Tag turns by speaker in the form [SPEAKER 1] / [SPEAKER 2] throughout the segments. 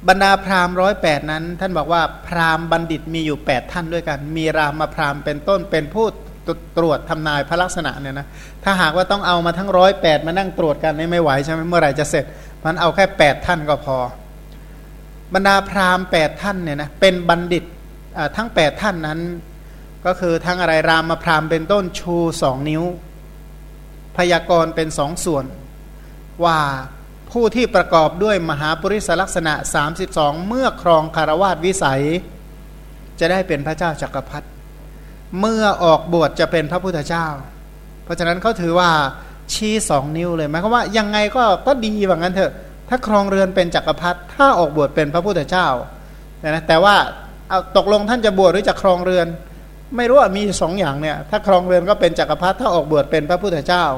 [SPEAKER 1] บรรดาพราหมณ์108นั้นท่านบอกว่าพราหมณ์บัณฑิตมีอยู่8ท่านด้วยกันมีรามพราหมณ์เป็นต้นเป็นผู้ตรวจทำนายพระลักษณะเนี่ยนะถ้าหากว่าต้องเอามาทั้ง108มานั่งตรวจกันนี่ไม่ไหวใช่ไหมเมื่อไหร่จะเสร็จมันเอาแค่8ท่านก็พอบรรดาพราหมณ์8ท่านเนี่ยนะเป็นบัณฑิตทั้ง8ท่านนั้นก็คือทั้งอะไรรามพราหมณ์เป็นต้นชู2นิ้วพยากรณ์เป็น2ส่วนว่าผู้ที่ประกอบด้วยมหาปุริสลักษณะ32เมื่อครองคารวาสวิสัยจะได้เป็นพระเจ้าจักรพรรดิเมื่อออกบวชจะเป็นพระพุทธเจ้าเพราะฉะนั้นเขาถือว่าชี้2นิ้วเลยหมายความว่ายังไงก็ดีว่างั้นเถอะถ้าครองเรือนเป็นจักรพรรดิถ้าออกบวชเป็นพระพุทธเจ้านะแต่ว่าเอาตกลงท่านจะบวชหรือจะครองเรือนไม่รู้ว่ามี2อย่างเนี่ยถ้าครองเรือนก็เป็นจักรพรรดิถ้าออกบวชเป็นพระพุทธเจ้า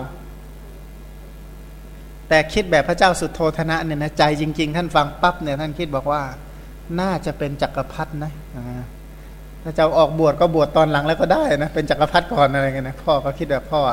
[SPEAKER 1] แต่คิดแบบพระเจ้าสุโธทนะเนี่ยนะใจจริงๆท่านฟังปั๊บเนี่ยท่านคิดบอกว่าน่าจะเป็นจักรพรรดินะถ้าจะออกบวชก็บวชตอนหลังแล้วก็ได้นะเป็นจักรพรรดิก่อนอะไรเงี้ยนะพ่อก็คิดแบบพ่อ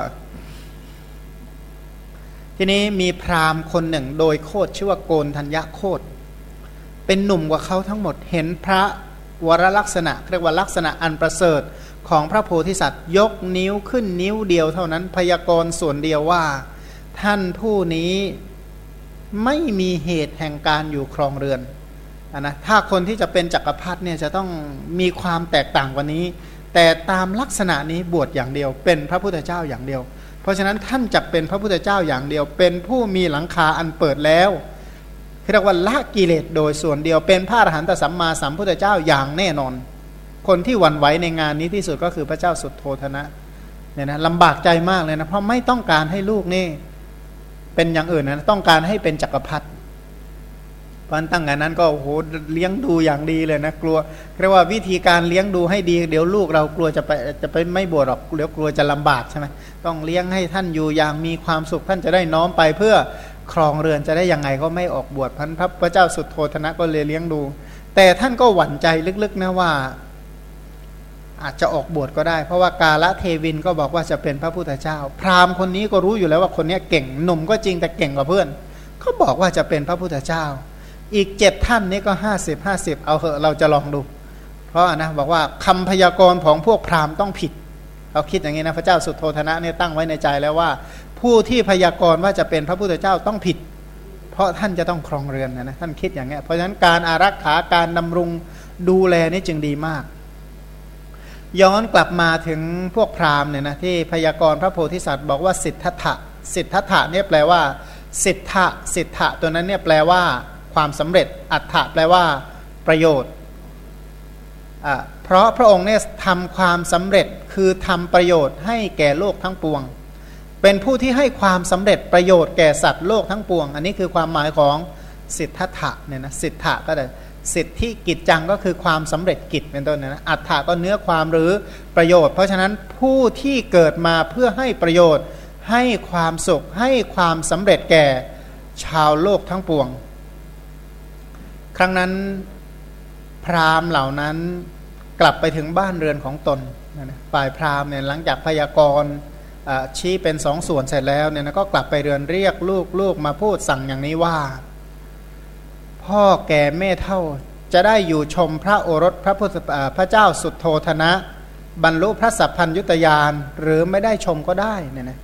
[SPEAKER 1] ทีนี้มีพราหมณ์คนหนึ่งโดยโคตรชื่อว่าโกณฑัญญโคตรเป็นหนุ่มกว่าเขาทั้งหมดเห็นพระวรลักษณะเรียกว่าลักษณะอันประเสริฐของพระโพธิสัตว์ยกนิ้วขึ้นนิ้วเดียวเท่านั้นพยากรณ์ส่วนเดียวว่าท่านผู้นี้ไม่มีเหตุแห่งการอยู่ครองเรือนนะถ้าคนที่จะเป็นจักรพรรดิเนี่ยจะต้องมีความแตกต่างกว่านี้แต่ตามลักษณะนี้บวชอย่างเดียวเป็นพระพุทธเจ้าอย่างเดียวเพราะฉะนั้นท่านจะเป็นพระพุทธเจ้าอย่างเดียวเป็นผู้มีหลังคาอันเปิดแล้วเรียกว่าละกิเลสโดยส่วนเดียวเป็นพระอรหันตสัมมาสัมพุทธเจ้าอย่างแน่นอนคนที่หวั่นไหวในงานนี้ที่สุดก็คือพระเจ้าสุโธทนะเนี่ยนะลำบากใจมากเลยนะเพราะไม่ต้องการให้ลูกนี่เป็นอย่างอื่นนะต้องการให้เป็นจักรพรรดิเพราะตั้งแต่นั้นก็โอ้โหเลี้ยงดูอย่างดีเลยนะกลัวเรียกว่าวิธีการเลี้ยงดูให้ดีเดี๋ยวลูกเรากลัวจะไปไม่บวชหรอกเดี๋ยวกลัวจะลำบากใช่ไหมต้องเลี้ยงให้ท่านอยู่อย่างมีความสุขท่านจะได้น้อมไปเพื่อครองเรือนจะได้ยังไงก็ไม่ออกบวชพระเจ้าสุโธทนะก็เลยเลี้ยงดูแต่ท่านก็หวั่นใจลึกๆนะว่าอาจจะออกบวชก็ได้เพราะว่ากาลเทวินก็บอกว่าจะเป็นพระพุทธเจ้าพราหมณ์คนนี้ก็รู้อยู่แล้วว่าคนนี้เก่งหนุ่มก็จริงแต่เก่งกว่าเพื่อนเขาบอกว่าจะเป็นพระพุทธเจ้าอีก7ท่านนี้ก็50เอาเหอะเราจะลองดูเพราะนะบอกว่าคำพยากรณ์ของพวกพราหมณ์ต้องผิดเขาคิดอย่างนี้นะพระเจ้าสุโธทนะเนี่ยตั้งไว้ในใจแล้วว่าผู้ที่พยากรณ์ว่าจะเป็นพระพุทธเจ้าต้องผิดเพราะท่านจะต้องครองเรือนนะท่านคิดอย่างนี้เพราะฉะนั้นการอารักขาการดำรงดูแลนี่จึงดีมากย้อนกลับมาถึงพวกพราหมณ์เนี่ยนะที่พยากรณ์พระโพธิสัตว์บอกว่าสิทธัตถะสิทธัตถะเนี่ยแปลว่าสิทธะสิทธะตัวนั้นเนี่ยแปลว่าความสำเร็จอัฏฐะแปลว่าประโยชน์เพราะพระองค์เนี่ยทำความสำเร็จคือทำประโยชน์ให้แก่โลกทั้งปวงเป็นผู้ที่ให้ความสำเร็จประโยชน์แก่สัตว์โลกทั้งปวงอันนี้คือความหมายของสิทธัตถะเนี่ยนะสิทธะก็ได้สิทธิกิจจังก็คือความสำเร็จกิจเป็นต้นนะอัฏฐะก็เนื้อความหรือประโยชน์เพราะฉะนั้นผู้ที่เกิดมาเพื่อให้ประโยชน์ให้ความสุขให้ความสำเร็จแก่ชาวโลกทั้งปวงครั้งนั้นพราหมณ์เหล่านั้นกลับไปถึงบ้านเรือนของตนฝ่ายพราหมณ์เนี่ยหลังจากพยากรณ์ชี้เป็นสองส่วนเสร็จแล้วเนี่ยก็กลับไปเรือนเรียกลูกมาพูดสั่งอย่างนี้ว่าพ่อแก่แม่เฒ่าจะได้อยู่ชมพระโอรสพระเจ้าสุโธทนะบรรลุพระสัพพัญญุตญาณหรือไม่ได้ชมก็ได้เนี่ยนะ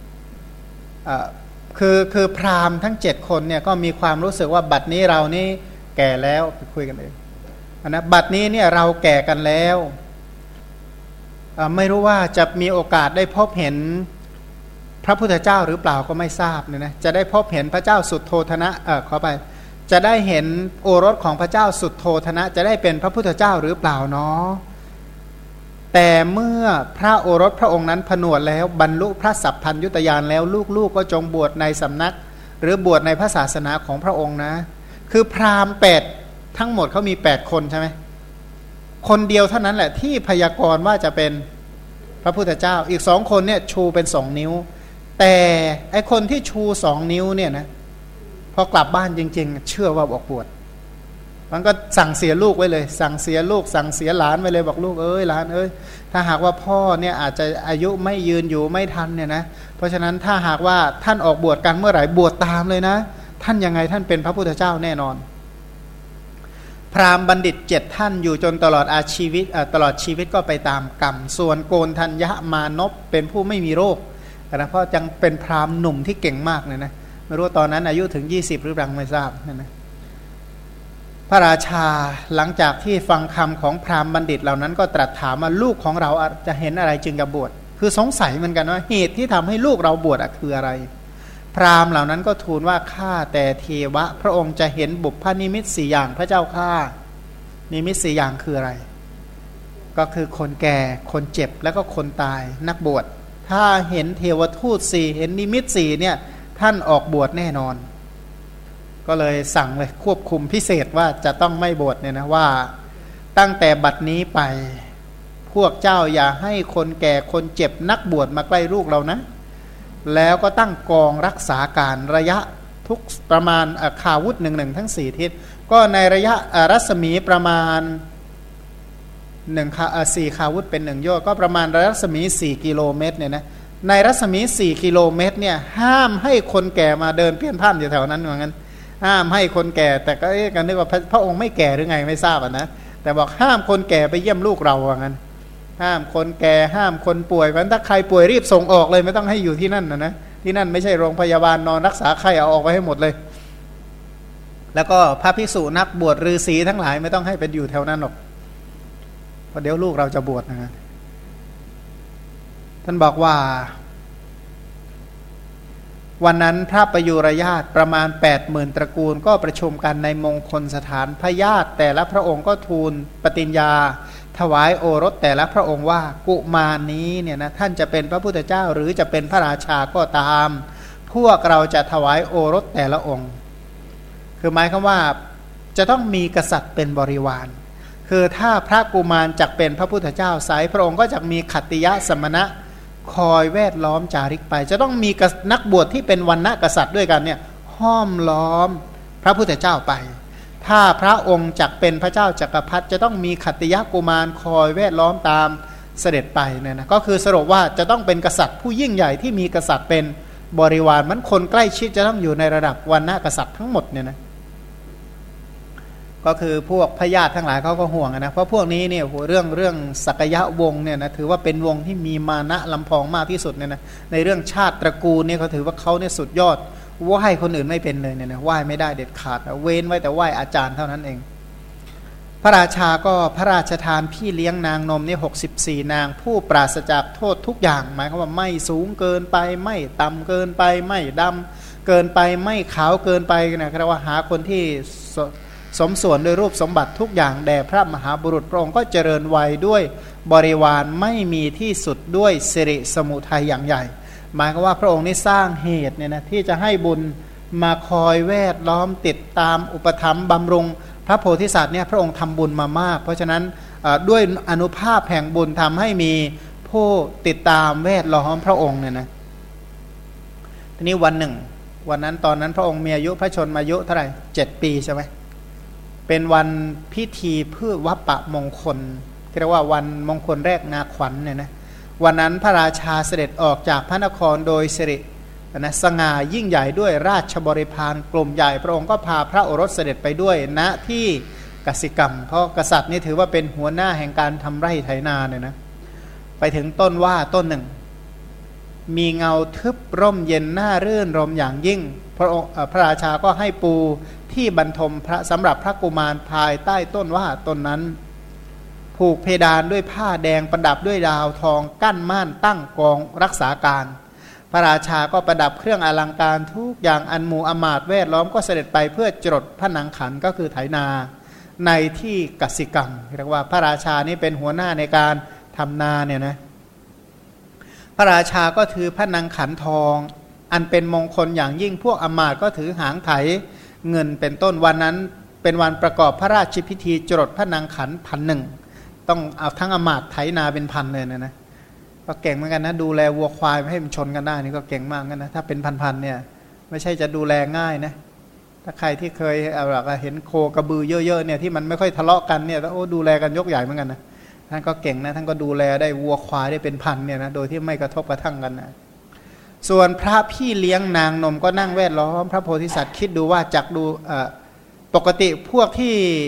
[SPEAKER 1] คือพราหมณ์ทั้ง7คนเนี่ยก็มีความรู้สึกว่าบัดนี้เรานี่แก่แล้วไปคุยกันเองนะบัดนี้เนี่ยเราแก่กันแล้วไม่รู้ว่าจะมีโอกาสได้พบเห็นพระพุทธเจ้าหรือเปล่าก็ไม่ทราบเนี่ยนะจะได้พบเห็นพระเจ้าสุโธทนะขอไปจะได้เห็นโอรสของพระเจ้าสุโธทนะจะได้เป็นพระพุทธเจ้าหรือเปล่าเนาะแต่เมื่อพระโอรสพระองค์นั้นผนวดแล้วบรรลุพระสัพพัญญุตญาณแล้วลูกๆก็จงบวชในสำนักหรือบวชในพระศาสนาของพระองค์นะคือพราหมณ์8ทั้งหมดเขามี8คนใช่ไหมคนเดียวเท่านั้นแหละที่พยากรณ์ว่าจะเป็นพระพุทธเจ้าอีก2คนเนี่ยชูเป็น2นิ้วแต่ไอคนที่ชู2นิ้วเนี่ยนะพอกลับบ้านจริงๆเชื่อว่าออกบวชมันก็สั่งเสียลูกไว้เลยสั่งเสียลูกสั่งเสียหลานไว้เลยบอกลูกเอ้ยหลานเอ้ยถ้าหากว่าพ่อเนี่ยอาจจะอายุไม่ยืนอยู่ไม่ทันเนี่ยนะเพราะฉะนั้นถ้าหากว่าท่านออกบวชกันเมื่อไหร่บวชตามเลยนะท่านยังไงท่านเป็นพระพุทธเจ้าแน่นอนราหมณ์บัณฑิต7ท่านอยู่จนตลอดตลอดชีวิตก็ไปตามกรรมส่วนโกณทัญญมานพเป็นผู้ไม่มีโรคนะเพราะจังเป็นพราหมณ์หนุ่มที่เก่งมากเลยนะไม่รู้ตอนนั้นอายุถึง20หรือยังไม่ทราบนะพระราชาหลังจากที่ฟังคำของพราหมณ์บัณฑิตเหล่านั้นก็ตรัสถามว่าลูกของเราจะเห็นอะไรจึงจะบวชคือสงสัยเหมือนกันว่าเหตุที่ทำให้ลูกเราบวชคืออะไรพราหมณ์เหล่านั้นก็ทูลว่าข้าแต่เทวะพระองค์จะเห็นบุพนิมิต4อย่างพระเจ้าข้านิมิต4อย่างคืออะไรก็คือคนแก่คนเจ็บแล้วก็คนตายนักบวชถ้าเห็นเทวทูต4เห็นนิมิต4เนี่ยท่านออกบวชแน่นอนก็เลยสั่งเลยควบคุมพิเศษว่าจะต้องไม่บวชเนี่ยนะว่าตั้งแต่บัดนี้ไปพวกเจ้าอย่าให้คนแก่คนเจ็บนักบวชมาใกล้ลูกเรานะแล้วก็ตั้งกองรักษาการระยะทุกประมาณคาวุธหนึ่งทั้ง4ทิศก็ในระยะรัศมีประมาณ4คาวุธเป็น1โยชน์ก็ประมาณรัศมี4กิโลเมตรเนี่ยนะในรัศมี4กิโลเมตรเนี่ยห้ามให้คนแก่มาเดินเพี้ยนพ่านอยู่แถวนั้นเหมือนกันห้ามให้คนแก่แต่ก็กันนึกว่าพระองค์ไม่แก่หรือไงไม่ทราบนะแต่บอกห้ามคนแก่ไปเยี่ยมลูกเราว่างั้นห้ามคนแก่ห้ามคนป่วยเพราะถ้าใครป่วยรีบส่งออกเลยไม่ต้องให้อยู่ที่นั่นนะที่นั่นไม่ใช่โรงพยาบาลนอนรักษาไข้เอาออกไปให้หมดเลยแล้วก็พระภิกษุนักบวชฤาษีทั้งหลายไม่ต้องให้เป็นอยู่แถวนั้นหรอกเพราะเดี๋ยวลูกเราจะบวชนะท่านบอกว่าวันนั้นพระประยุรญาติประมาณ 80,000 ตระกูลก็ประชุมกันในมงคลสถานพระญาติแต่ละพระองค์ก็ทูลปฏิญญาถวายโอรสแต่ละพระองค์ว่ากุมารนี้เนี่ยนะท่านจะเป็นพระพุทธเจ้าหรือจะเป็นพระราชาก็ตามพวกเราจะถวายโอรสแต่ละองค์คือหมายความว่าจะต้องมีกษัตริย์เป็นบริวารคือถ้าพระกุมารจักเป็นพระพุทธเจ้าไซพระองค์ก็จะมีขัตติยะสมณะคอยแวดล้อมจาริกไปจะต้องมีนักบวชที่เป็นวรรณะกษัตริย์ด้วยกันเนี่ยห้อมล้อมพระพุทธเจ้าไปถ้าพระองค์จักเป็นพระเจ้าจักรพรรดิจะต้องมีขัตติยะกุมารคอยแวดล้อมตามเสด็จไปเนี่ยนะก็คือสรุปว่าจะต้องเป็นกษัตริย์ผู้ยิ่งใหญ่ที่มีกษัตริย์เป็นบริวารมันคนใกล้ชิดจะต้องอยู่ในระดับวรรณะกษัตริย์ทั้งหมดเนี่ยนะก็คือพวกพญาติทั้งหลายเขาก็ห่วงนะเพราะพวกนี้เนี่ยเรื่องสักยะวงศ์เนี่ยนะถือว่าเป็นวงที่มีมานะลำพองมากที่สุดเนี่ยนะในเรื่องชาติตระกูลเนี่ยเขาถือว่าเขาเนี่ยสุดยอดไหว้คนอื่นไม่เป็นเลยเนี่ยนะไหว้ไม่ได้เด็ดขาดเว้นไว้แต่ไหว้อาจารย์เท่านั้นเองพระราชาก็พระราชทานพี่เลี้ยงนางนมนี่64นางผู้ปราศจากโทษทุกอย่างหมายความว่าไม่สูงเกินไปไม่ต่ำเกินไปไม่ดำเกินไปไม่ขาวเกินไปนะครับว่าหาคนที่สมส่วนด้วยรูปสมบัติทุกอย่างแด่พระมหาบุรุษพระองค์ก็เจริญวัยด้วยบริวารไม่มีที่สุดด้วยสิริสมุทัยอย่างใหญ่หมายความว่าพระองค์นี้สร้างเหตุเนี่ยนะที่จะให้บุญมาคอยแวดล้อมติดตามอุปถัมภ์บำรุงพระโพธิสัตว์เนี่ยพระองค์ทำบุญมามากเพราะฉะนั้นด้วยอนุภาพแห่งบุญทำให้มีผู้ติดตามแวดล้อมพระองค์เนี่ยนะทีนี้วันหนึ่งวันนั้นตอนนั้นพระองค์มีอายุพระชนมายุเท่าไหร่7 ปีใช่ไหมเป็นวันพิธีเพื่อวัปปะมงคลเรียกว่าวันมงคลแรกนาขวัญเนี่ยนะวันนั้นพระราชาเสด็จออกจากพระนครโดยสิรินะสง่ายิ่งใหญ่ด้วยราชบริพารกลุ่มใหญ่พระองค์ก็พาพระโอรสเสด็จไปด้วยณที่กสิกรรมเพราะกษัตริย์นี่ถือว่าเป็นหัวหน้าแห่งการทำไร่ไถนาเนี่ยนะไปถึงต้นว่าต้นหนึ่งมีเงาทึบร่มเย็นน่ารื่นรมอย่างยิ่งพระราชาก็ให้ปูที่บรรทมพระสำหรับพระกุมารภายใต้ต้นว่าต้นนั้นผูกเพดานด้วยผ้าแดงประดับด้วยดาวทองกั้นม่านตั้งกองรักษาการพระราชาก็ประดับเครื่องอลังการทุกอย่างอันหมู่อมาตย์แวดล้อมก็เสด็จไปเพื่อจรดพระนางขันก็คือไถนาในที่กสิกรรมเรียกว่าพระราชานี่เป็นหัวหน้าในการทำนาเนี่ยนะพระราชาก็ถือพระนางขันทองอันเป็นมงคลอย่างยิ่งพวกอมาตย์ก็ถือหางไถเงินเป็นต้นวันนั้นเป็นวันประกอบพระราชพิธีจรดพระนางขัน1,000ต้องเอาทั้งอมาตย์ไถนาเป็นพันเลยนะก็เก่งเหมือนกันนะดูแลวัวควายไม่ให้มันชนกันได้นี่ก็เก่งมากกันนะถ้าเป็นพันๆเนี่ยไม่ใช่จะดูแลง่ายนะถ้าใครที่เคยเห็นโคกระบือเยอะๆเนี่ยที่มันไม่ค่อยทะเลาะกันเนี่ยโอ้ดูแลกันยกใหญ่เหมือนกันนะท่านก็เก่งนะท่านก็ดูแลได้วัวควายได้เป็นพันเนี่ยนะโดยที่ไม่กระทบกระทั่งกันนะส่วนพระพี่เลี้ยงนางนมก็นั่งแวดล้อมพระโพธิสัตว์คิดดูว่าจักดูปกติพวกที่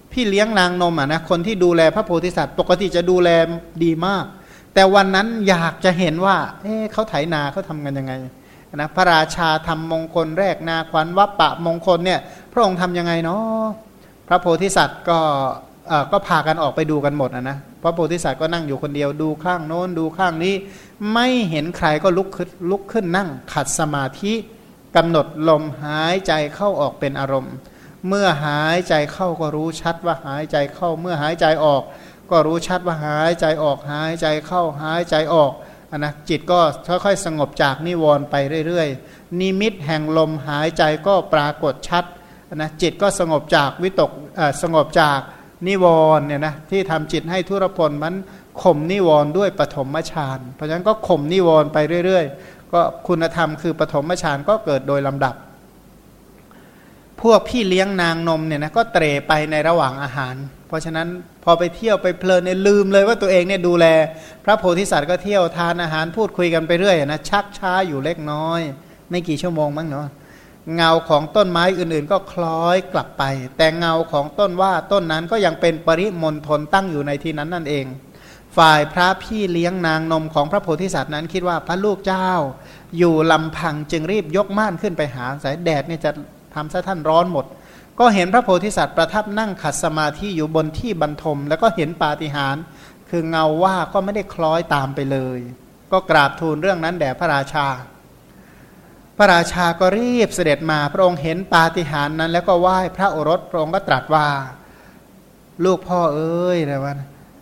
[SPEAKER 1] พี่เลี้ยงนางนมนะคนที่ดูแลพระโพธิสัตว์ปกติจะดูแลดีมากแต่วันนั้นอยากจะเห็นว่าเขาไถนาเขาทำกันยังไงนะพระราชาทำมงคลแรกนาขวัญวัปปะมงคลเนี่ยพระองค์ทำยังไงเนาะพระโพธิสัตว์ก็พากันออกไปดูกันหมดนะพระโพธิสัตว์ก็นั่งอยู่คนเดียวดูข้างโน้นดูข้างนี้ไม่เห็นใครก็ลุกขึ้นนั่งขัดสมาธิกำหนดลมหายใจเข้าออกเป็นอารมณ์เมื่อหายใจเข้าก็รู้ชัดว่าหายใจเข้าเมื่อหายใจออกก็รู้ชัดว่าหายใจออกหายใจเข้าหายใจออกนะจิตก็ค่อยๆสงบจากนิวรณ์ไปเรื่อยๆนิมิตแห่งลมหายใจก็ปรากฏชัดนะจิตก็สงบจากวิตกสงบจากนิวรณ์เนี่ยนะที่ทำจิตให้ทุรพลมันข่มนิวรณ์ด้วยปฐมฌานเพราะฉะนั้นก็ข่มนิวรณ์ไปเรื่อยๆก็คุณธรรมคือปฐมฌานก็เกิดโดยลำดับพวกพี่เลี้ยงนางนมเนี่ยนะก็เตร่ไปในระหว่างอาหารเพราะฉะนั้นพอไปเที่ยวไปเพลินเนี่ยลืมเลยว่าตัวเองเนี่ยดูแลพระโพธิสัตว์ก็เที่ยวทานอาหารพูดคุยกันไปเรื่อยนะชักช้าอยู่เล็กน้อยไม่กี่ชั่วโมงมั้งเนาะเงาของต้นไม้อื่นๆก็คล้อยกลับไปแต่เงาของต้นว่าต้นนั้นก็ยังเป็นปริมณฑลตั้งอยู่ในที่นั้นนั่นเองฝ่ายพระพี่เลี้ยงนางนมของพระโพธิสัตว์นั้นคิดว่าพระลูกเจ้าอยู่ลำพังจึงรีบยกม่านขึ้นไปหาสายแดดเนี่ยจะทำซะท่านร้อนหมดก็เห็นพระโพธิสัตว์ประทับนั่งขัดสมาธิอยู่บนที่บรรทมแล้วก็เห็นปาฏิหาริย์คือเงาว่าก็ไม่ได้คล้อยตามไปเลยก็กราบทูลเรื่องนั้นแด่พระราชาพระราชาก็รีบเสด็จมาพระองค์เห็นปาฏิหาริย์นั้นแล้วก็ไหว้พระโอรสพระองค์ก็ตรัสว่าลูกพ่อเอ้ยอะไรวะ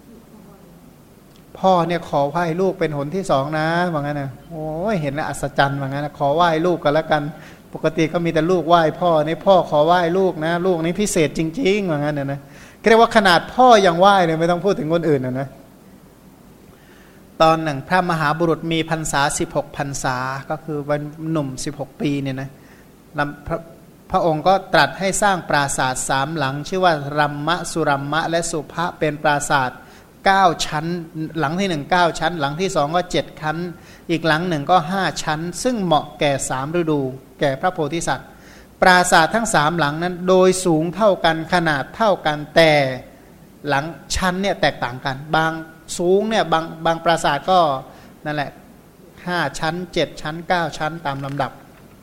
[SPEAKER 1] พ่อเนี่ยขอไหว้ลูกเป็นหนที่สองนะว่างั้นนะโอ้ยเห็นแล้วอัศจรรย์ว่างั้นนะขอไหว้ลูกกันแล้วกันปกติก็มีแต่ลูกไหว้พ่อนี่พ่อขอไหว้ลูกนะลูกนี้พิเศษจริงๆว่างั้นนะเรียกว่าขนาดพ่อยังไหว้เลยไม่ต้องพูดถึงคนอื่นนะตอนหนึ่งพระมหาบุรุษมีพรรษา16 พรรษาก็คือวันหนุ่ม16 ปีเนี่ยนะพระองค์ก็ตรัสให้สร้างปราสาท3หลังชื่อว่ารัมมะสุรัมมะและสุภะเป็นปราสาท9ชั้นหลังที่1 9ชั้นหลังที่2ก็7ชั้นอีกหลังหนึ่งก็5ชั้นซึ่งเหมาะแก่3ฤดูแก่พระโพธิสัตว์ปราสาททั้ง3หลังนั้นโดยสูงเท่ากันขนาดเท่ากันแต่หลังชั้นเนี่ยแตกต่างกันบางสูงเนี่ยบางปราสาทก็นั่นแหละ5ชั้น7ชั้น9ชั้นตามลำดับ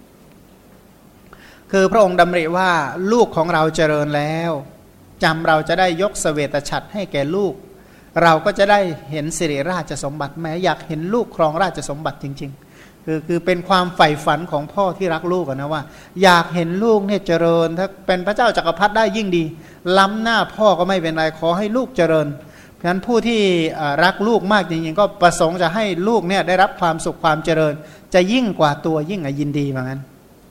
[SPEAKER 1] คือพระองค์ดำริว่าลูกของเราเจริญแล้วจำเราจะได้ยกเสวตฉัตรให้แก่ลูกเราก็จะได้เห็นสิริราชสมบัติแม้อยากเห็นลูกครองราชสมบัติจริงๆคือเป็นความใฝ่ฝันของพ่อที่รักลูกนะว่าอยากเห็นลูกเนี่ยเจริญถ้าเป็นพระเจ้าจักรพรรดิได้ยิ่งดีล้ำหน้าพ่อก็ไม่เป็นไรขอให้ลูกเจริญเพราะฉะนั้นผู้ที่รักลูกมากจริงๆก็ประสงค์จะให้ลูกเนี่ยได้รับความสุขความเจริญจะยิ่งกว่าตัวยิ่งยินดีเหมือนกัน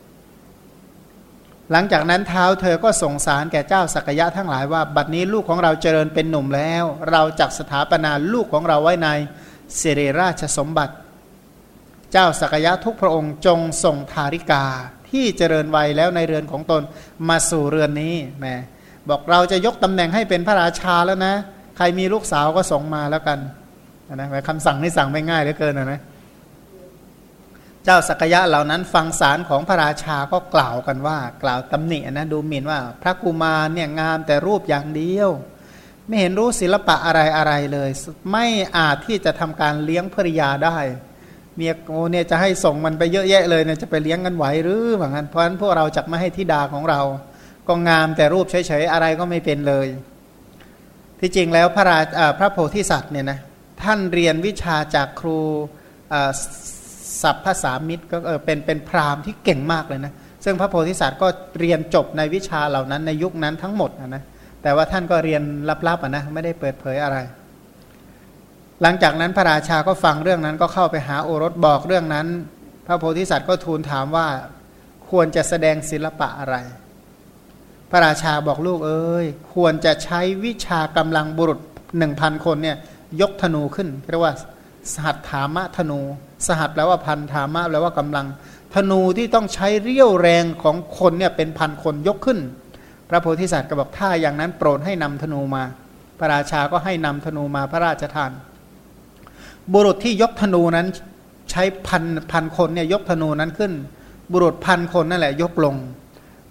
[SPEAKER 1] หลังจากนั้นเท้าเธอก็ส่งสารแก่เจ้าสักยะทั้งหลายว่าบัดนี้ลูกของเราเจริญเป็นหนุ่มแล้วเราจักสถาปนาลูกของเราไว้ในสิริราชสมบัติเจ้าสักยะทุกพระองค์จงส่งธาริกาที่เจริญวัยแล้วในเรือนของตนมาสู่เรือนนี้แหมบอกเราจะยกตำแหน่งให้เป็นพระราชาแล้วนะใครมีลูกสาวก็ส่งมาแล้วกันนะคำสั่งนี่สั่งไม่ง่ายเหลือเกินนะเจ้าสักยะเหล่านั้นฟังสารของพระราชาก็กล่าวกันว่ากล่าวตำหนินะดูหมิ่นว่าพระกุมารเนี่ยงามแต่รูปอย่างเดียวไม่เห็นรู้ศิลปะอะไรเลยไม่อาจที่จะทำการเลี้ยงภริยาได้เมียโอเนี่ยจะให้ส่งมันไปเยอะแยะเลยเนี่ยจะไปเลี้ยงกันไหวหรือว่างั้นเพราะฉะนั้นพวกเราจักไม่ให้ธิดาของเราก็งามแต่รูปเฉยๆอะไรก็ไม่เป็นเลยที่จริงแล้วพระโพธิสัตว์เนี่ยนะท่านเรียนวิชาจากครูศัพท์ภาษามิตรก็เป็นพราหมณ์ที่เก่งมากเลยนะซึ่งพระโพธิสัตว์ก็เรียนจบในวิชาเหล่านั้นในยุคนั้นทั้งหมดนะแต่ว่าท่านก็เรียนลับๆนะไม่ได้เปิดเผยอะไรหลังจากนั้นพระราชาก็ฟังเรื่องนั้นก็เข้าไปหาโอรสบอกเรื่องนั้นพระโพธิสัตว์ก็ทูลถามว่าควรจะแสดงศิลปะอะไรพระราชาบอกลูกเอ้ยควรจะใช้วิชากำลังบุรุษ 1,000 คนเนี่ยยกธนูขึ้นเรียกว่าสหัตถามะธนูสหัตแปลว่าพันธามะแปลว่ากำลังธนูที่ต้องใช้เรี่ยวแรงของคนเนี่ยเป็นพันคนยกขึ้นพระโพธิสัตว์ก็บอกถ้าอย่างนั้นโปรดให้นำธนูมาพระราชาก็ให้นำธนูมาพระราชทานบุรุษที่ยกธนูนั้นใช้พันคนเนี่ยยกธนูนั้นขึ้นบุรุษ1,000 คนนั่นแหละยกลง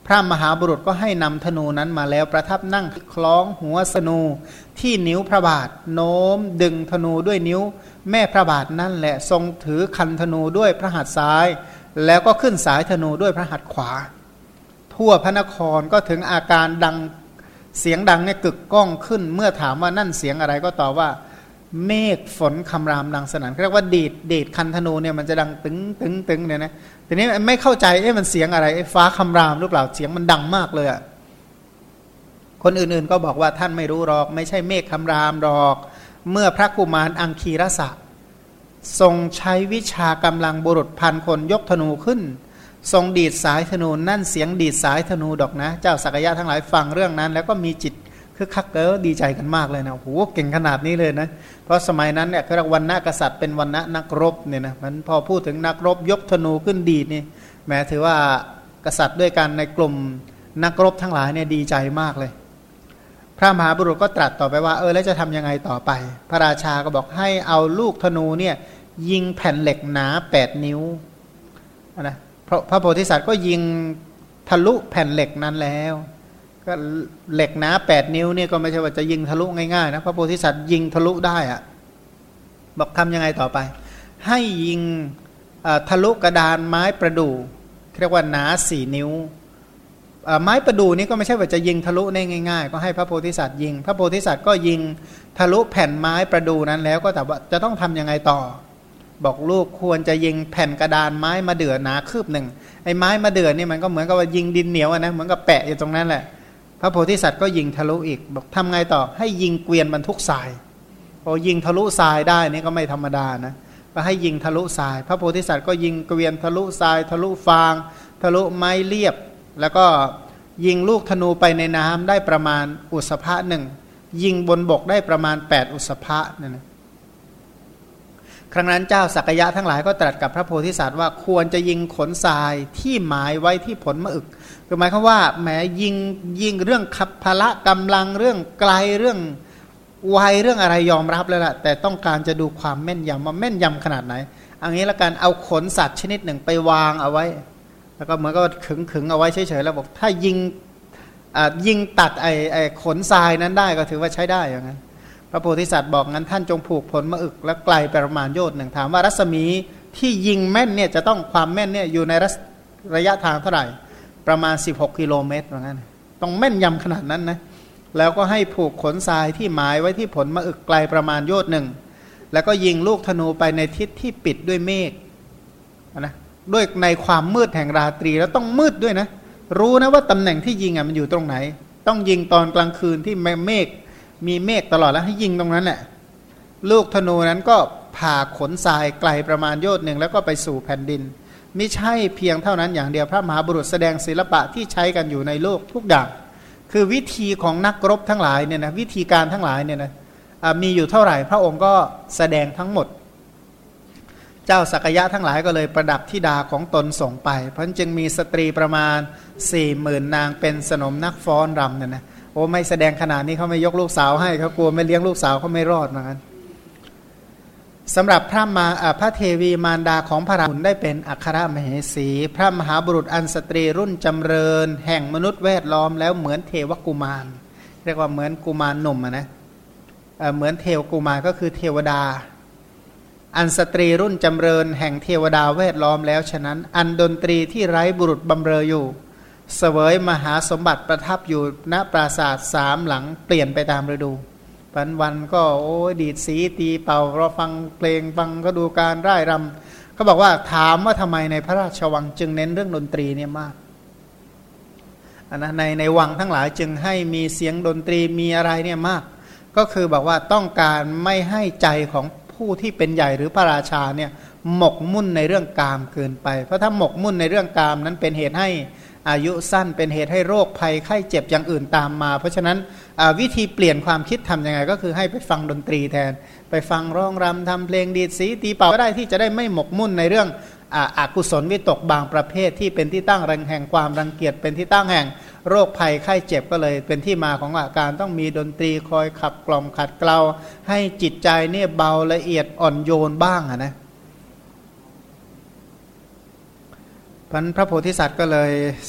[SPEAKER 1] พระมหาบุรุษก็ให้นำธนูนั้นมาแล้วประทับนั่งคล้องหัวธนูที่นิ้วพระบาทโน้มดึงธนูด้วยนิ้วแม่พระบาทนั่นแหละทรงถือคันธนูด้วยพระหัตถ์ซ้ายแล้วก็ขึ้นสายธนูด้วยพระหัตถ์ขวาทั่วพระนครก็ถึงอาการดังเสียงดังเนี่ยกึกก้องขึ้นเมื่อถามว่านั่นเสียงอะไรก็ตอบว่าเมฆฝนคำรามดังสนั่นเรียกว่าดีดคันธนูเนี่ยมันจะดังตึงตึงตึงเนี่ยนะทีนี้ไม่เข้าใจมันเสียงอะไรฟ้าคำรามหรือเปล่าเสียงมันดังมากเลยอ่ะคนอื่นๆก็บอกว่าท่านไม่รู้หรอกไม่ใช่เมฆคำรามหรอกเมื่อพระกุมารอังคีรสะทรงใช้วิชากำลังบุรุษพันคนยกธนูขึ้นทรงดีดสายธนูนั่นเสียงดีดสายธนูดอกนะเจ้าสักยะทั้งหลายฟังเรื่องนั้นแล้วก็มีจิตคือคักดีใจกันมากเลยนะโหเก่งขนาดนี้เลยนะเพราะสมัยนั้นเนี่ยคือวันณะกษัตริย์เป็นวันณะนักรบเนี่ยนะมันพอพูดถึงนักรบยกธนูขึ้นดีดนี่แม้ถือว่ากษัตริย์ด้วยกันในกลุ่มนักรบทั้งหลายเนี่ยดีใจมากเลยพระมหาบุรุษก็ตรัสต่อไปว่าแล้วจะทำยังไงต่อไปพระราชาก็บอกให้เอาลูกธนูเนี่ยยิงแผ่นเหล็กหนา8 นิ้วนะพระโพธิสัตว์ก็ยิงทะลุแผ่นเหล็กนั้นแล้วก็เหล็กหนา8 นิ้วเนี่ยก็ไม่ใช่ว่าจะยิงทะลุง่ายๆนะพระโพธิสัตว์ยิงทะลุได้อะบอกทำยังไงต่อไปให้ยิงทะลุกระดานไม้ประดู่เรียกว่าหนา4 นิ้วไม้ประดู่นี้ก็ไม่ใช่ว่าจะยิงทะลุได้ง่ายๆก็ให้พระโพธิสัตว์ยิงพระโพธิสัตว์ก็ยิงทะลุแผ่นไม้ประดู่นั้นแล้วก็แต่ว่าจะต้องทำยังไงต่อบอกลูกควรจะยิงแผ่นกระดานไม้มะเดื่อหนาคืบหนึ่งไอ้ไม้มะเดื่อนี่มันก็เหมือนกับว่ายิงดินเหนียวนะเหมือนกับแปะอยู่ตรงนั้นแหละพระโพธิสัตว์ก็ยิงทะลุอีกบอกทำไงต่อให้ยิงเกวียนบรรทุกทรายพอยิงทะลุทรายได้นี่ก็ไม่ธรรมดานะก็ให้ยิงทะลุทรายพระโพธิสัตว์ก็ยิงเกวียนทะลุทรายทะลุฟางทะลุไม้เรียบแล้วก็ยิงลูกธนูไปในน้ำได้ประมาณอุสภะหนึ่งยิงบนบกได้ประมาณ8 อุสภะนั่นนะครั้งนั้นเจ้าสักยะทั้งหลายก็ตรัสกับพระโพธิสัตว์ว่าควรจะยิงขนทรายที่หมายไว้ที่ผลมะอึกคือหมายความว่าแหมยิงเรื่องขับพละกำลังเรื่องไกลเรื่องวัยเรื่องอะไรยอมรับแล้วล่ะแต่ต้องการจะดูความแม่นยำว่าแม่นยำขนาดไหนอันนี้ละกันเอาขนสัตว์ชนิดหนึ่งไปวางเอาไว้แล้วก็เหมือนก็ขึงเอาไว้เฉยๆแล้วบอกถ้ายิงตัดไอ้ขนทรายนั้นได้ก็ถือว่าใช้ได้อย่างนั้นพระโพธิสัตว์บอกงั้นท่านจงผูกผลมะอึกและไกลประมาณโยชน์หนึ่งถามว่ารัศมีที่ยิงแม่นเนี่ยจะต้องความแม่นเนี่ยอยู่ในระยะทางเท่าไหร่ประมาณ16 กิโลเมตรอย่างนั้นต้องแม่นยำขนาดนั้นนะแล้วก็ให้ผูกขนทรายที่หมายไว้ที่ผลมะอึกไกลประมาณโยชน์หนึ่งแล้วก็ยิงลูกธนูไปในทิศที่ปิดด้วยเมฆนะด้วยในความมืดแห่งราตรีแล้วต้องมืดด้วยนะรู้นะว่าตำแหน่งที่ยิงมันอยู่ตรงไหนต้องยิงตอนกลางคืนที่เมฆมีเมฆตลอดแล้วให้ยิงตรงนั้นแหละลูกธนูนั้นก็ผ่าขนทรายไกลประมาณโยชน์หนึ่งแล้วก็ไปสู่แผ่นดินไม่ใช่เพียงเท่านั้นอย่างเดียวพระมหาบุรุษแสดงศิลปะที่ใช้กันอยู่ในโลกทุกอย่างคือวิธีของนักรบทั้งหลายเนี่ยนะวิธีการทั้งหลายเนี่ยนะมีอยู่เท่าไหร่พระองค์ก็แสดงทั้งหมดเจ้าสักยะทั้งหลายก็เลยประดับธิดาของตนส่งไปเพราะจึงมีสตรีประมาณ 40,000 นางเป็นสนมนักฟ้อนรำเนี่ยนะโอ้ไม่แสดงขนาดนี้เขาไม่ยกลูกสาวให้เขากลัวไม่เลี้ยงลูกสาวเขาไม่รอดเหมือนกันสำหรับพระเทวีมารดาของพระราหุลได้เป็นอัครมเหสีพระมหาบุรุษอันสตรีรุ่นจำเริญแห่งมนุษย์แวดล้อมแล้วเหมือนเทวกุมารเรียกว่าเหมือนกุมารหนุ่มนะเหมือนเทวกุมารก็คือเทวดาอันสตรีรุ่นจำเริญแห่งเทวดาแวดล้อมแล้วฉะนั้นอันดนตรีที่ไร้บุรุษบำเรออยู่เสวยมหาสมบัติประทับอยู่ณปราสาท3 หลังเปลี่ยนไปตามฤดูวันก็โอ้ดีดสีตีเป่ารอฟังเพลงฟังก็ดูการร่ายรำเขาบอกว่าถามว่าทำไมในพระราชวังจึงเน้นเรื่องดนตรีเนี่ยมากในวังทั้งหลายจึงให้มีเสียงดนตรีมีอะไรเนี่ยมากก็คือบอกว่าต้องการไม่ให้ใจของผู้ที่เป็นใหญ่หรือพระราชาเนี่ยหมกมุ่นในเรื่องกามเกินไปเพราะถ้าหมกมุ่นในเรื่องกามนั้นเป็นเหตุให้อายุสั้นเป็นเหตุให้โรคภัยไข้เจ็บอย่างอื่นตามมาเพราะฉะนั้นวิธีเปลี่ยนความคิดทำยังไงก็คือให้ไปฟังดนตรีแทนไปฟังร้องรำทำเพลงดีดสีตีเป่าก็ได้ที่จะได้ไม่หมกมุ่นในเรื่องอกุศลวิตกบางประเภทที่เป็นที่ตั้งแห่งความรังเกียจเป็นที่ตั้งแห่งโรคภัยไข้เจ็บก็เลยเป็นที่มาของการต้องมีดนตรีคอยขับกล่อมขัดเกลาให้จิตใจเนี่ยเบาละเอียดอ่อนโยนบ้างนะพระโพธิสัตว์ก็เลย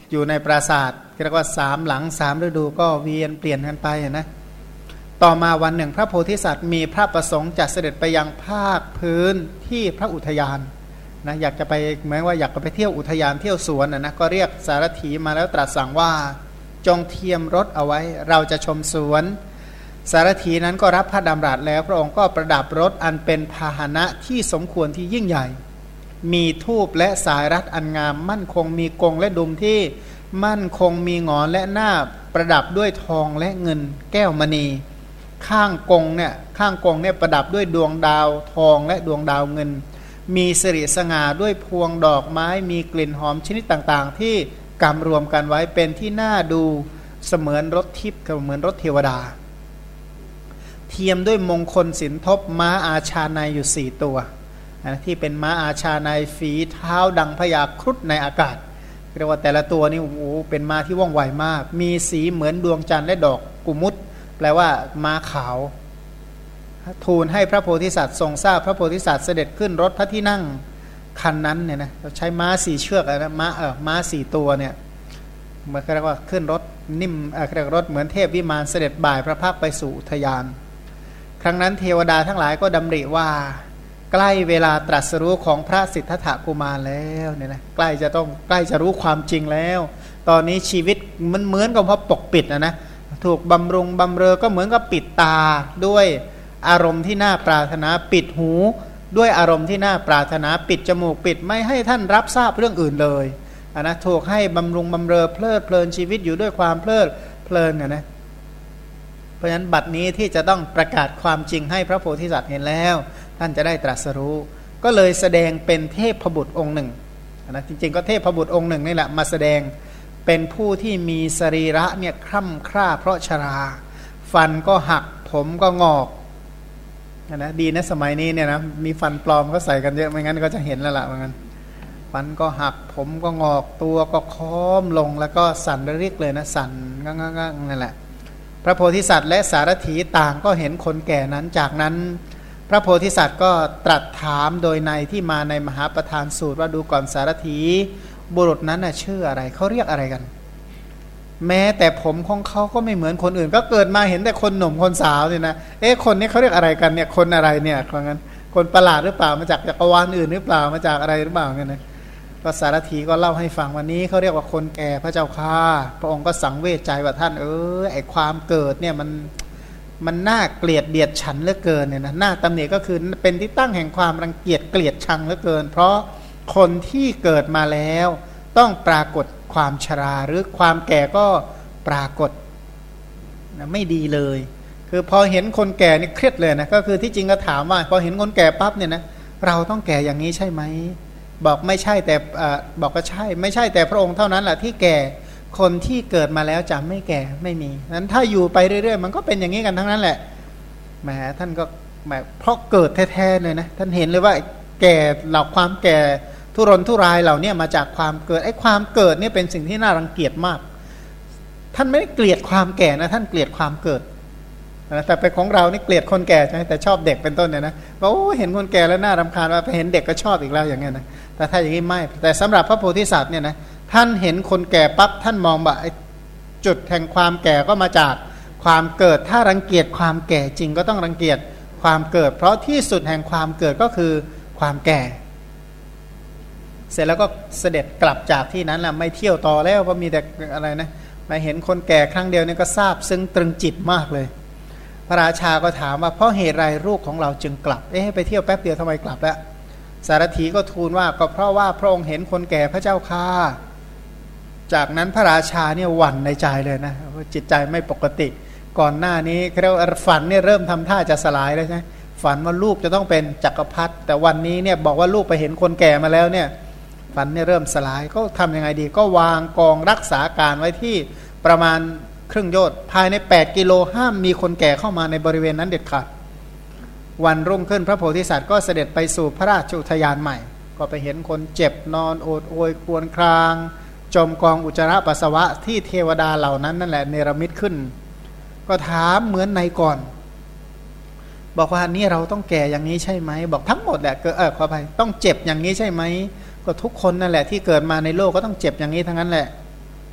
[SPEAKER 1] อยู่ในปราสาทเรียกว่า3 หลัง 3 ฤดูก็เวียนเปลี่ยนกันไปนะต่อมาวันหนึ่งพระโพธิสัตว์มีพระประสงค์จะเสด็จไปยังภาคพื้นที่พระอุทยานนะอยากจะไปเหมือนว่าอยากจะไปเที่ยวอุทยานเที่ยวสวนนะก็เรียกสารถีมาแล้วตรัสสั่งว่าจงเทียมรถเอาไว้เราจะชมสวนสารถีนั้นก็รับพระดำรัสแล้วพระองค์ก็ประดับรถอันเป็นพาหนะที่สมควรที่ยิ่งใหญ่มีธูปและสายรัดอันงามมั่นคงมีกงและดุมที่มั่นคงมีหงอนและหน้าประดับด้วยทองและเงินแก้วมณีข้างกงเนี่ยประดับด้วยดวงดาวทองและดวงดาวเงินมีสิริสง่าด้วยพวงดอกไม้มีกลิ่นหอมชนิดต่างๆที่กำรวมกันไว้เป็นที่น่าดูเสมือนรถทิพย์เหมือนรถเทวดาเทียมด้วยมงคลสินทบม้าอาชาในอยู่4 ตัวที่เป็นม้าอาชาในฝีเท้าดังพญาครุฑในอากาศเรียกว่าแต่ละตัวนี่โอ้โหเป็นม้าที่ว่องไวมากมีสีเหมือนดวงจันทร์และดอกกุมุตแปลว่าม้าขาวทูลให้พระโพธิสัตว์ทรงทราบพระโพธิสัตว์เสด็จขึ้นรถพระที่นั่งคันนั้นเนี่ยนะใช้ม้า4 เชือกนะม้า4 ตัวเนี่ยมันเรียกว่าขึ้นรถนิ่มเรียกรถเหมือนเทพวิมานเสด็จบ่ายพระพักไปสู่อุทยานครั้งนั้นเทวดาทั้งหลายก็ดำริว่าใกล้เวลาตรัสรู้ของพระสิทธัตถกุมารแล้วเนี่ยนะใกล้จะรู้ความจริงแล้วตอนนี้ชีวิตมันเหมือนกับพอปกปิดนะถูกบำรุงบำเรอก็เหมือนกับปิดตาด้วยอารมณ์ที่น่าปรารถนาปิดหูด้วยอารมณ์ที่น่าปรารถนาปิดจมูกปิดไม่ให้ท่านรับทราบเรื่องอื่นเลยนะถูกให้บำรุงบำเรอเพลิดเพลินชีวิตอยู่ด้วยความเพลิดเพลินนะเพราะฉะนั้นบัดนี้ที่จะต้องประกาศความจริงให้พระโพธิสัตว์เห็นแล้วท่านจะได้ตรัสรู้ก็เลยแสดงเป็นเทพบุตรองค์หนึ่งนะจริงๆก็เทพบุตรองค์หนึ่งนี่แหละมาแสดงเป็นผู้ที่มีสรีระเนี่ยคร่ำคร่าเพราะชราฟันก็หักผมก็งอกนะดีนะสมัยนี้เนี่ยนะมีฟันปลอมก็ใส่กันเยอะไม่งั้นก็จะเห็นแล้วล่ะเหมือนกันฟันก็หักผมก็งอกตัวก็ค้อมลงแล้วก็สั่นระริกเลยนะสั่นงั่งนั่นแหละพระโพธิสัตว์และสารถีต่างก็เห็นคนแก่นั้นจากนั้นพระโพธิสัตว์ก็ตรัสถามโดยในที่มาในมหาประธานสูตรว่าดูก่อนสารถีบุรุษนั้นน่ะชื่ออะไรเขาเรียกอะไรกันแม้แต่ผมของเขาก็ไม่เหมือนคนอื่นก็เกิดมาเห็นแต่คนหนุ่มคนสาวเนี่ยนะคนนี้เขาเรียกอะไรกันเนี่ยคนอะไรเนี่ยเพราะงั้นคนประหลาดหรือเปล่ามาจากจักรวาลอื่นหรือเปล่ามาจากอะไรหรือเปล่าเนี่ยนะก็สารถีก็เล่าให้ฟังวันนี้เขาเรียกว่าคนแก่พระเจ้าค่ะพระองค์ก็สังเวชใจว่าท่านไอความเกิดเนี่ยมันน่าเกลียดเดียดฉันเหลือเกินเนี่ยนะหน้าตำหนิก็คือเป็นที่ตั้งแห่งความรังเกียจเกลียดชังเหลือเกินเพราะคนที่เกิดมาแล้วต้องปรากฏความชราหรือความแก่ก็ปรากฏนะไม่ดีเลยคือพอเห็นคนแก่นี่เครียดเลยนะก็คือที่จริงก็ถามว่าพอเห็นคนแก่ปั๊บเนี่ยนะเราต้องแก่อย่างนี้ใช่ไหมบอกไม่ใช่แต่บอกก็ใช่ไม่ใช่แต่พระองค์เท่านั้นแหละที่แก่คนที่เกิดมาแล้วจะไม่แก่ไม่มีนั้นถ้าอยู่ไปเรื่อยๆมันก็เป็นอย่างนี้กันทั้งนั้นแหละแหมท่านก็แหมเพราะเกิดแท้ๆเลยนะท่านเห็นเลยว่าแก่เหล่าความแก่ทุรนทุรายเหล่านี้มาจากความเกิดไอ้ความเกิดเนี่ยเป็นสิ่งที่น่ารังเกียจมากท่านไม่ได้เกลียดความแก่นะท่านเกลียดความเกิดแต่เป็นของเรานี่เกลียดคนแก่ใช่ไหมแต่ชอบเด็กเป็นต้นเนี่ยนะว่าโอ้เห็นคนแก่แล้วน่ารำคาญว่าไปเห็นเด็กก็ชอบอีกแล้วอย่างเงี้ยนะแต่ถ้าอย่างนี้ไม่แต่สำหรับพระโพธิสัตว์เนี่ยนะท่านเห็นคนแก่ปั๊บท่านมองว่าจุดแห่งความแก่ก็มาจากความเกิดถ้ารังเกียจความแก่จริงก็ต้องรังเกียจความเกิดเพราะที่สุดแห่งความเกิดก็คือความแก่เสร็จแล้วก็เสด็จกลับจากที่นั้นแหละไม่เที่ยวต่อแล้วเพราะมีแต่อะไรนะมาเห็นคนแก่ครั้งเดียวนี่ก็ทราบซึ้งตรึงจิตมากเลยพระราชาก็ถามว่าเพราะเหตุไรลูกของเราจึงกลับไปเที่ยวแป๊บเดียวทำไมกลับแล้วสารถีก็ทูลว่าก็เพราะว่าพระองค์เห็นคนแก่พระเจ้าค่ะจากนั้นพระราชาเนี่ยหวั่นในใจเลยนะจิตใจไม่ปกติก่อนหน้านี้เรียกว่าฝันเนี่ยเริ่มทำท่าจะสลายแล้วใช่ไหมฝันว่าลูกจะต้องเป็นจักรพรรดิแต่วันนี้เนี่ยบอกว่าลูกไปเห็นคนแก่มาแล้วเนี่ยฝันเนี่ยเริ่มสลายก็ทำยังไงดีก็วางกองรักษาการไว้ที่ประมาณครึ่งโยชน์ภายใน8 กิโลห้ามมีคนแก่เข้ามาในบริเวณนั้นเด็ดขาดวันรุ่งขึ้นพระโพธิสัตว์ก็เสด็จไปสู่พระราชอุทยานใหม่ก็ไปเห็นคนเจ็บนอนโอดโอยครวญครางจมกองอุจจาระปัสสาวะที่เทวดาเหล่านั้นนั่นแหละเนรมิตขึ้นก็ถามเหมือนในก่อนบอกว่านี่เราต้องแก่อย่างนี้ใช่ไหมบอกทั้งหมดแหละขออภัยต้องเจ็บอย่างนี้ใช่ไหมก็ทุกคนนั่นแหละที่เกิดมาในโลกก็ต้องเจ็บอย่างนี้ทั้งนั้นแหละ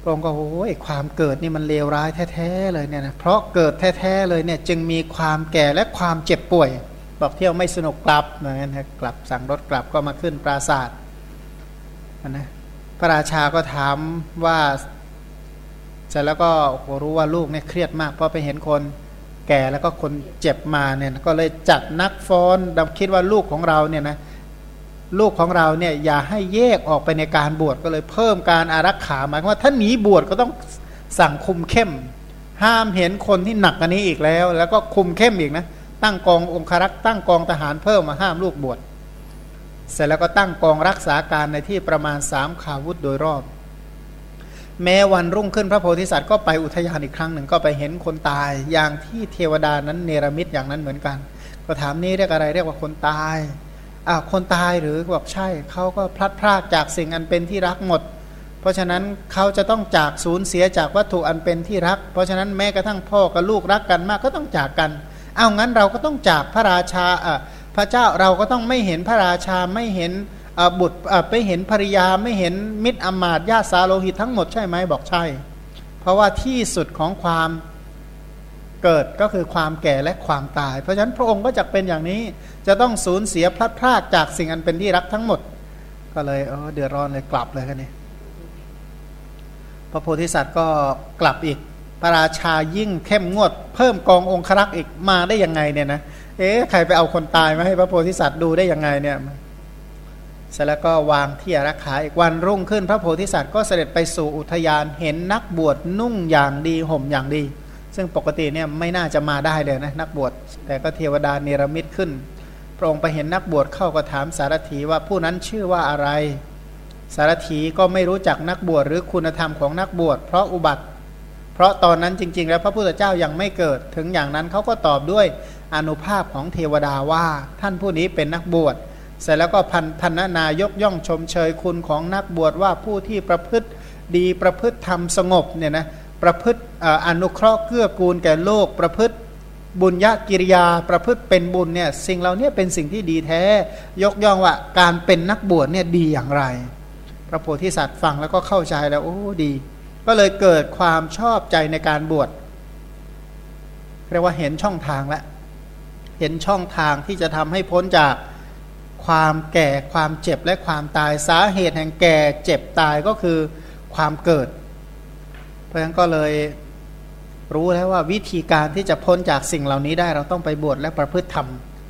[SPEAKER 1] พระองค์ก็โอ้ยความเกิดนี่มันเลวร้ายแท้ๆเลยเนี่ยนะเพราะเกิดแท้ๆเลยเนี่ยจึงมีความแก่และความเจ็บป่วยบอกเที่ยวไม่สนุกกลับเหมือนกันนะกลับสั่งรถกลับก็มาขึ้นปราสาทนะพระราชาก็ถามว่าเสร็จแล้วก็รู้ว่าลูกเนี่ยเครียดมากเพราะไปเห็นคนแก่แล้วก็คนเจ็บมาเนี่ยก็เลยจัดนักฟ้อนคิดว่าลูกของเราเนี่ยนะลูกของเราเนี่ยอย่าให้แยกออกไปในการบวชก็เลยเพิ่มการอารักขาหมายว่าถ้าหนีบวชก็ต้องสั่งคุมเข้มห้ามเห็นคนที่หนักอันนี้อีกแล้วก็คุมเข้มอีกนะตั้งกององครักษ์ตั้งกองทหารเพิ่มมาห้ามลูกบวชเสร็จแล้วก็ตั้งกองรักษาการในที่ประมาณ3ขาวุธโดยรอบแม้วันรุ่งขึ้นพระโพธิสัตว์ก็ไปอุทยานอีกครั้งหนึ่งก็ไปเห็นคนตายอย่างที่เทวดานั้นเนรมิตอย่างนั้นเหมือนกันก็ถามนี่เรียกอะไรเรียกว่าคนตายคนตายหรือบอกใช่เขาก็พลัดพรากจากสิ่งอันเป็นที่รักหมดเพราะฉะนั้นเขาจะต้องจากสูญเสียจากวัตถุอันเป็นที่รักเพราะฉะนั้นแม้กระทั่งพ่อกับลูกรักกันมากก็ต้องจากกันงั้นเราก็ต้องจากพระราชาพระเจ้าเราก็ต้องไม่เห็นพระราชาไม่เห็นบุตรไปเห็นภริยาไม่เห็นมิตรอมาตย์ญาติสาโลหิตทั้งหมดใช่ไหมบอกใช่เพราะว่าที่สุดของความเกิดก็คือความแก่และความตายเพราะฉะนั้นพระองค์ก็จะเป็นอย่างนี้จะต้องสูญเสียพลัดพรากจากสิ่งอันเป็นที่รักทั้งหมดก็เลยเดือดร้อนเลยกลับเลยกันนี่พระโพธิสัตว์ก็กลับอีกพระราชายิ่งเข้มงวดเพิ่มกององครักษ์อีกมาได้ยังไงเนี่ยนะใครไปเอาคนตายมาให้พระโพธิสัตว์ดูได้ยังไงเนี่ยเสร็จแล้วก็วางที่อารักขาอีกวันรุ่งขึ้นพระโพธิสัตว์ก็เสด็จไปสู่อุทยานเห็นนักบวชนุ่งอย่างดีห่มอย่างดีซึ่งปกติเนี่ยไม่น่าจะมาได้เลยนะนักบวชแต่ก็เทวดาเนรมิตขึ้นพระองค์ไปเห็นนักบวชเข้าก็ถามสารถีว่าผู้นั้นชื่อว่าอะไรสารถีก็ไม่รู้จักนักบวชหรือคุณธรรมของนักบวชเพราะอุบัติเพราะตอนนั้นจริงๆแล้วพระพุทธเจ้ายังไม่เกิดถึงอย่างนั้นเขาก็ตอบด้วยอานุภาพของเทวดาว่าท่านผู้นี้เป็นนักบวชเสร็จแล้วก็พันนายกย่องชมเชยคุณของนักบวชว่าผู้ที่ประพฤติดีประพฤติธรรมสงบเนี่ยนะประพฤติอนุเคราะห์เกื้อกูลแก่โลกประพฤติบุญญกิริยาประพฤติเป็นบุญเนี่ยสิ่งเหล่านี้เป็นสิ่งที่ดีแท้ยกย่องว่าการเป็นนักบวชเนี่ยดีอย่างไรพระโพธิสัตว์ฟังแล้วก็เข้าใจแล้วโอ้ดีก็เลยเกิดความชอบใจในการบวชเรียกว่าเห็นช่องทางแล้วเห็นช่องทางที่จะทำให้พ้นจากความแก่ความเจ็บและความตายสาเหตุแห่งแก่เจ็บตายก็คือความเกิดเพราะฉะนั้นก็เลยรู้แล้วว่าวิธีการที่จะพ้นจากสิ่งเหล่านี้ได้เราต้องไปบวชและประพฤติธรรม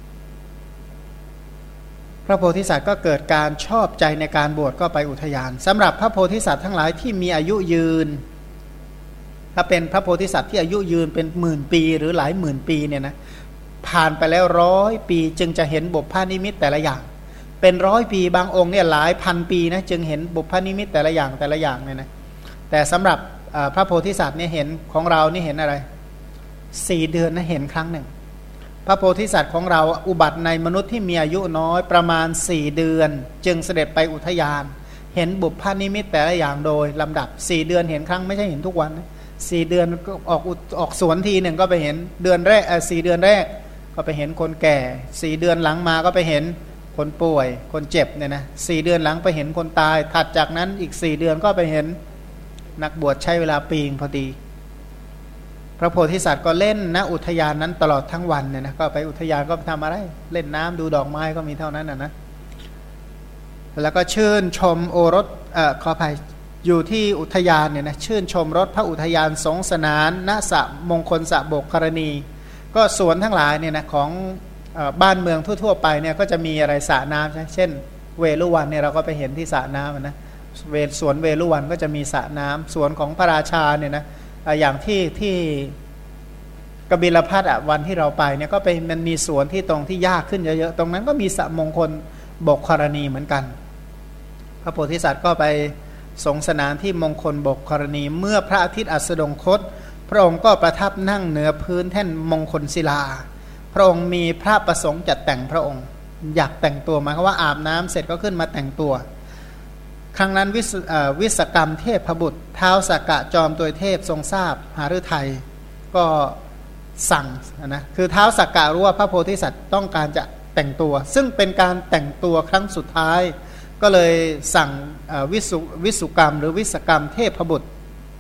[SPEAKER 1] พระโพธิสัตว์ก็เกิดการชอบใจในการบวชก็ไปอุทยานสำหรับพระโพธิสัตว์ทั้งหลายที่มีอายุยืนถ้าเป็นพระโพธิสัตว์ที่อายุยืนเป็นหมื่นปีหรือหลายหมื่นปีเนี่ยนะผ่านไปแล้ว100 ปีจึงจะเห็นบุพพนิมิตแต่ละอย่างเป็น100 ปีบางองค์เนี่ยหลายพันปีนะจึงเห็นบุพพนิมิตแต่ละอย่างเนี่ยนะแต่สำหรับพระโพธิสัตว์เนี่ยเห็นของเรานี่เห็นอะไร4 เดือนนะเห็นครั้งหนึ่งพระโพธิสัตว์ของเราอุบัติในมนุษย์ที่มีอายุน้อยประมาณ4 เดือนจึงเสด็จไปอุทยานเห็นบุพพนิมิตแต่ละอย่างโดยลำดับ4 เดือนเห็นครั้งไม่ใช่เห็นทุกวันนะ4 เดือนก็ออกสวนทีหนึ่งก็ไปเห็นเดือนแรก4 เดือนแรกก็ไปเห็นคนแก่4 เดือนหลังมาก็ไปเห็นคนป่วยคนเจ็บเนี่ยนะ4 เดือนหลังไปเห็นคนตายถัดจากนั้นอีก4 เดือนก็ไปเห็นนักบวชใช้เวลาปีงพอดีพระโพธิสัตว์ก็เล่นณอุทยานนั้นตลอดทั้งวันเนี่ยนะก็ไปอุทยานก็ไปทำอะไรเล่นน้ำดูดอกไม้ก็มีเท่านั้นนะแล้วก็ชื่นชมโอรสขออภัยอยู่ที่อุทยานเนี่ยนะชื่นชมรถพระอุทยานสงสนานณสะมงคลสะโบกกรณีก็สวนทั้งหลายเนี่ยนะของบ้านเมืองทั่วๆไปเนี่ยก็จะมีอะไรสระน้ำใช่เช่นเวลุวันเนี่ยเราก็ไปเห็นที่สระน้ำนะสวนเวลุวันก็จะมีสระน้ำสวนของพระราชาเนี่ยนะอย่างที่กบิลพัสวันที่เราไปเนี่ยก็ไปมันมีสวนที่ตรงที่ยากขึ้นเยอะๆตรงนั้นก็มีสระมงคลโบกกรณีเหมือนกันพระโพธิสัตว์ก็ไปสงสนานที่มงคลโบกกรณีเมื่อพระอาทิตย์อัสดงคตพระองค์ก็ประทับนั่งเหนือพื้นแท่นมงคลศิลาพระองค์มีพระประสงค์จัดแต่งพระองค์อยากแต่งตัวหมายความว่าอาบน้ำเสร็จก็ขึ้นมาแต่งตัวครั้งนั้นวิศกรรมเทพบุตรท้าวสักกะจอมตัวเทพทรงทราบหฤทัยก็สั่งนะคือท้าวสักกะรู้ว่าพระโพธิสัตว์ต้องการจะแต่งตัวซึ่งเป็นการแต่งตัวครั้งสุดท้ายก็เลยสั่งวิสุกรรมหรือวิศกรรมเทพบุตร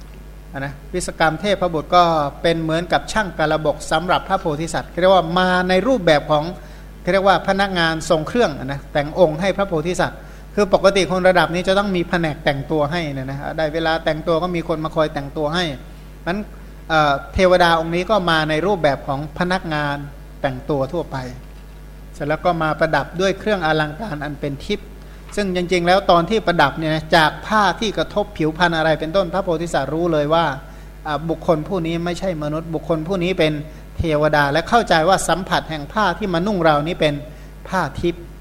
[SPEAKER 1] นะวิศกรรมเทพบุตรก็เป็นเหมือนกับช่างกระบกสำหรับพระโพธิสัตว์เรียกว่ามาในรูปแบบของเรียกว่าพนักงานทรงเครื่องนะแต่งองค์ให้พระโพธิสัตว์คือปกติคนระดับนี้จะต้องมีแผนกแต่งตัวให้นะได้เวลาแต่งตัวก็มีคนมาคอยแต่งตัวให้นั้นเทวดาองค์นี้ก็มาในรูปแบบของพนักงานแต่งตัวทั่วไปเสร็จแล้วก็มาประดับด้วยเครื่องอลังการอันเป็นทิพย์ซึ่งจริงๆแล้วตอนที่ประดับเนี่ยจากผ้าที่กระทบผิวพรรณอะไรเป็นต้นพระโพธิสัตว์รู้เลยว่าบุคคลผู้นี้ไม่ใช่มนุษย์บุคคลผู้นี้เป็นเทวดาและเข้าใจว่าสัมผัสแห่งผ้าที่มานุ่งเรานี้เป็นผ้าทิพย์